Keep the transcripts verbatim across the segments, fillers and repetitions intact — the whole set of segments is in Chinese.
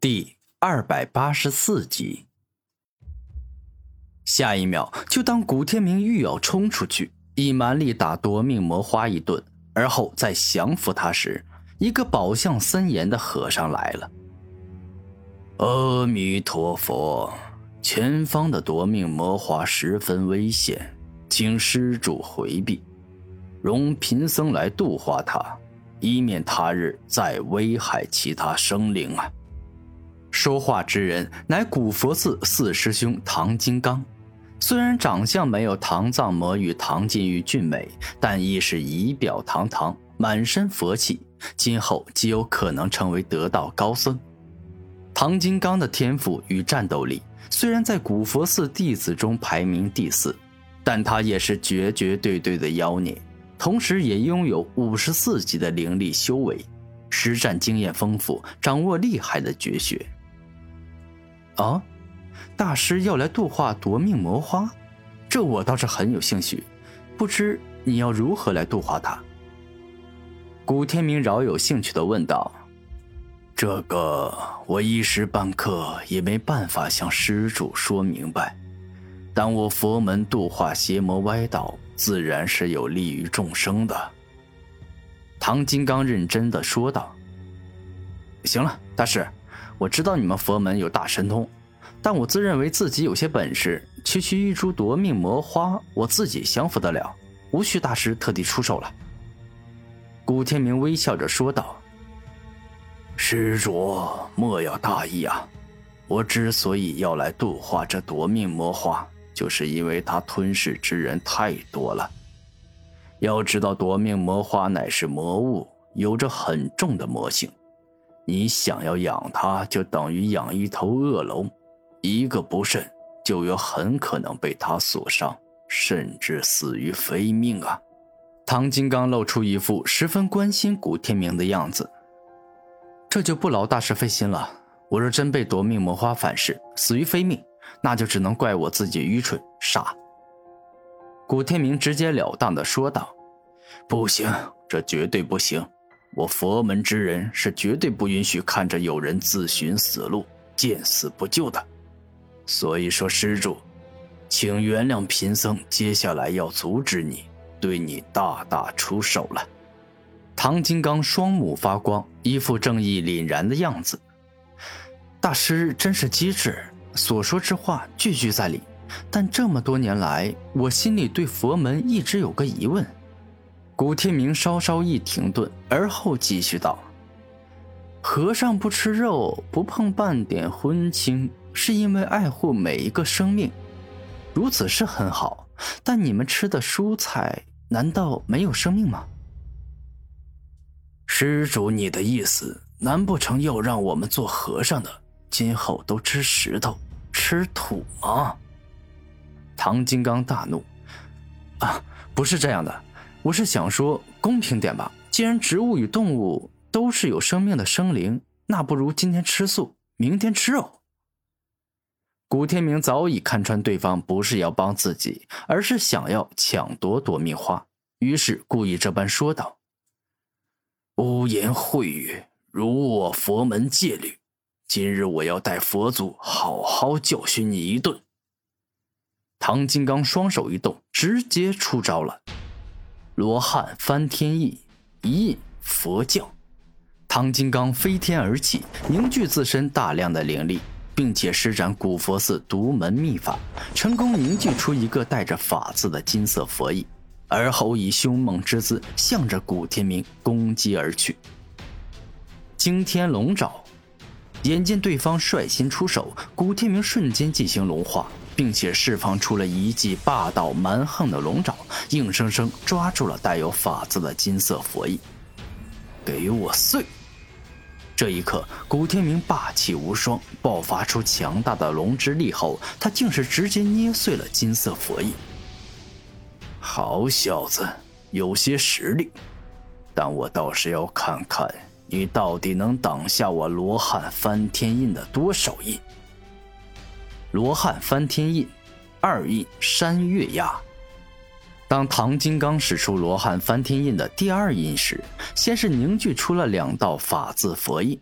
第二百八十四集。下一秒，就当古天明欲要冲出去，以蛮力打夺命魔花一顿，而后再降服他时，一个宝相森严的和尚来了。阿弥陀佛，前方的夺命魔花十分危险，请施主回避，容贫僧来度化他，以免他日再危害其他生灵啊。说话之人乃古佛寺四师兄唐金刚，虽然长相没有唐藏魔与唐金玉俊美，但亦是仪表堂堂，满身佛气，今后极有可能成为得道高僧。唐金刚的天赋与战斗力虽然在古佛寺弟子中排名第四，但他也是绝绝对对的妖孽，同时也拥有五十四级的灵力修为，实战经验丰富，掌握厉害的绝学。啊，大师要来度化夺命魔花，这我倒是很有兴趣，不知你要如何来度化他？古天明饶有兴趣地问道。这个我一时半刻也没办法向施主说明白，但我佛门度化邪魔歪道，自然是有利于众生的。唐金刚认真地说道。行了，大师，我知道你们佛门有大神通，但我自认为自己有些本事，区区一株夺命魔花我自己降服得了，无需大师特地出手了。古天明微笑着说道。施主莫要大意啊，我之所以要来度化这夺命魔花，就是因为它吞噬之人太多了。要知道夺命魔花乃是魔物，有着很重的魔性，你想要养它，就等于养一头恶龙，一个不慎就有很可能被它所伤，甚至死于非命啊。唐金刚露出一副十分关心古天明的样子。这就不劳大师费心了，我若真被夺命魔花反噬，死于非命，那就只能怪我自己愚蠢傻。古天明直截了当地说道。不行，这绝对不行，我佛门之人是绝对不允许看着有人自寻死路，见死不救的。所以说施主，请原谅贫僧接下来要阻止你，对你大大出手了。唐金刚双目发光，一副正义凛然的样子。大师真是机智，所说之话句句在理，但这么多年来，我心里对佛门一直有个疑问。古天明稍稍一停顿，而后继续道。和尚不吃肉，不碰半点荤腥，是因为爱护每一个生命，如此是很好，但你们吃的蔬菜难道没有生命吗？施主，你的意思难不成要让我们做和尚的今后都吃石头吃土吗？唐金刚大怒。啊，不是这样的，我是想说公平点吧，既然植物与动物都是有生命的生灵，那不如今天吃素，明天吃肉。古天明早已看穿对方不是要帮自己，而是想要抢夺夺命花，于是故意这般说道。污言秽语，辱我佛门戒律，今日我要带佛祖好好教训你一顿。唐金刚双手一动，直接出招了。罗汉翻天印，一印佛教。唐金刚飞天而起，凝聚自身大量的灵力，并且施展古佛寺独门秘法，成功凝聚出一个带着法字的金色佛印，而后以凶猛之姿向着古天明攻击而去。惊天龙爪，眼见对方率先出手，古天明瞬间进行龙化，并且释放出了一记霸道蛮横的龙爪，硬生生抓住了带有法字的金色佛印。给我碎！这一刻，古天明霸气无双，爆发出强大的龙之力后，他竟是直接捏碎了金色佛印。好小子，有些实力，但我倒是要看看你到底能挡下我罗汉翻天印的多少印。罗汉翻天印，二印山月压。当唐金刚使出罗汉翻天印的第二印时，先是凝聚出了两道法字佛印，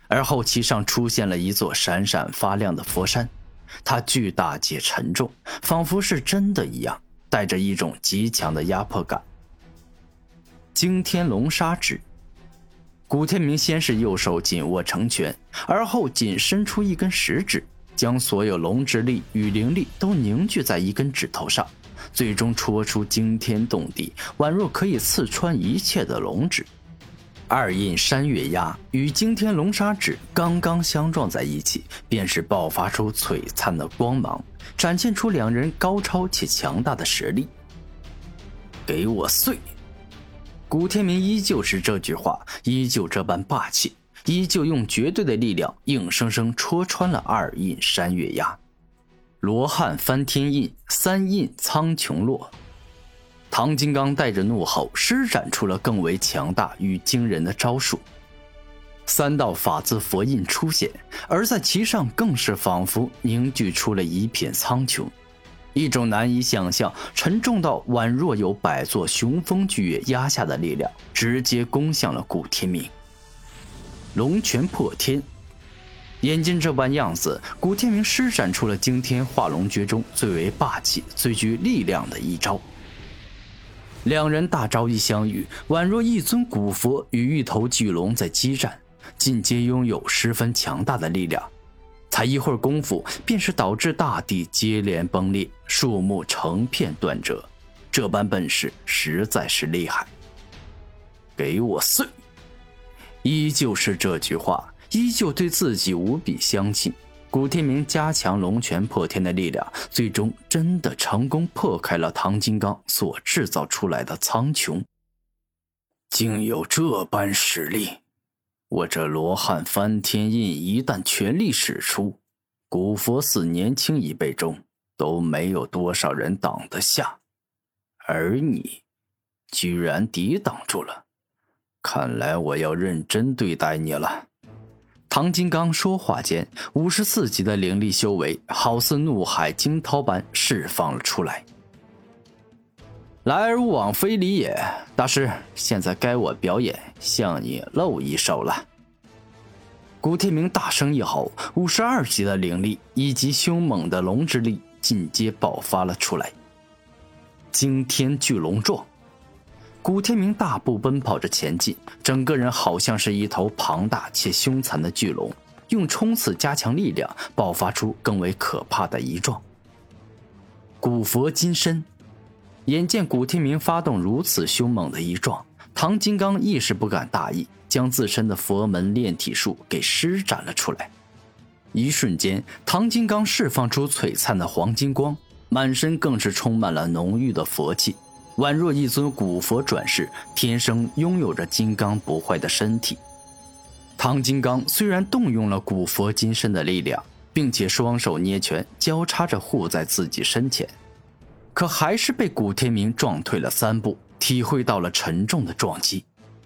而后其上出现了一座闪闪发亮的佛山，它巨大且沉重，仿佛是真的一样，带着一种极强的压迫感。惊天龙杀指。古天明先是右手紧握成拳，而后紧伸出一根食指，将所有龙之力与灵力都凝聚在一根指头上，最终戳出惊天动地，宛若可以刺穿一切的龙指。二印山月压与惊天龙杀指刚刚相撞在一起，便是爆发出璀璨的光芒，展现出两人高超且强大的实力。给我碎！古天明依旧是这句话，依旧这般霸气，依旧用绝对的力量硬生生戳穿了二印山月压。罗汉翻天印，三印苍穹落。唐金刚带着怒吼，施展出了更为强大与惊人的招数。三道法字佛印出现，而在其上更是仿佛凝聚出了一片苍穹，一种难以想象、沉重到宛若有百座雄风巨岳压下的力量，直接攻向了古天明。龙拳破天。眼见这般样子，古天明施展出了惊天化龙诀中最为霸气、最具力量的一招。两人大招一相遇，宛若一尊古佛与一头巨龙在激战，尽皆拥有十分强大的力量。才一会儿功夫，便是导致大地接连崩裂，树木成片断折，这般本事实在是厉害。给我碎！依旧是这句话，依旧对自己无比相信。古天明加强龙拳破天的力量，最终真的成功破开了唐金刚所制造出来的苍穹。竟有这般实力！我这罗汉翻天印一旦全力使出，古佛寺年轻一辈中都没有多少人挡得下，而你居然抵挡住了，看来我要认真对待你了。唐金刚说话间，五十四级的灵力修为好似怒海惊涛般释放了出来。来而勿往非礼也，大师，现在该我表演向你露一手了。古天明大声一吼，五十二级的灵力以及凶猛的龙之力尽皆爆发了出来。惊天巨龙撞。古天明大步奔跑着前进，整个人好像是一头庞大且凶残的巨龙，用冲刺加强力量，爆发出更为可怕的一撞。古佛金身。眼见古天明发动如此凶猛的一撞，唐金刚亦是不敢大意，将自身的佛门炼体术给施展了出来。一瞬间，唐金刚释放出璀璨的黄金光，满身更是充满了浓郁的佛气，宛若一尊古佛转世，天生拥有着金刚不坏的身体。唐金刚虽然动用了古佛金身的力量，并且双手捏拳交叉着护在自己身前，可还是被古天明撞退了三步，体会到了沉重的撞击。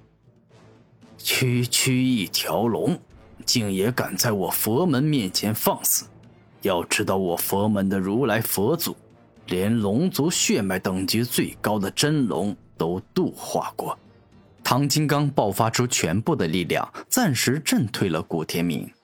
区区一条龙，竟也敢在我佛门面前放肆！要知道我佛门的如来佛祖，连龙族血脉等级最高的真龙都度化过。唐金刚爆发出全部的力量，暂时震退了古天明。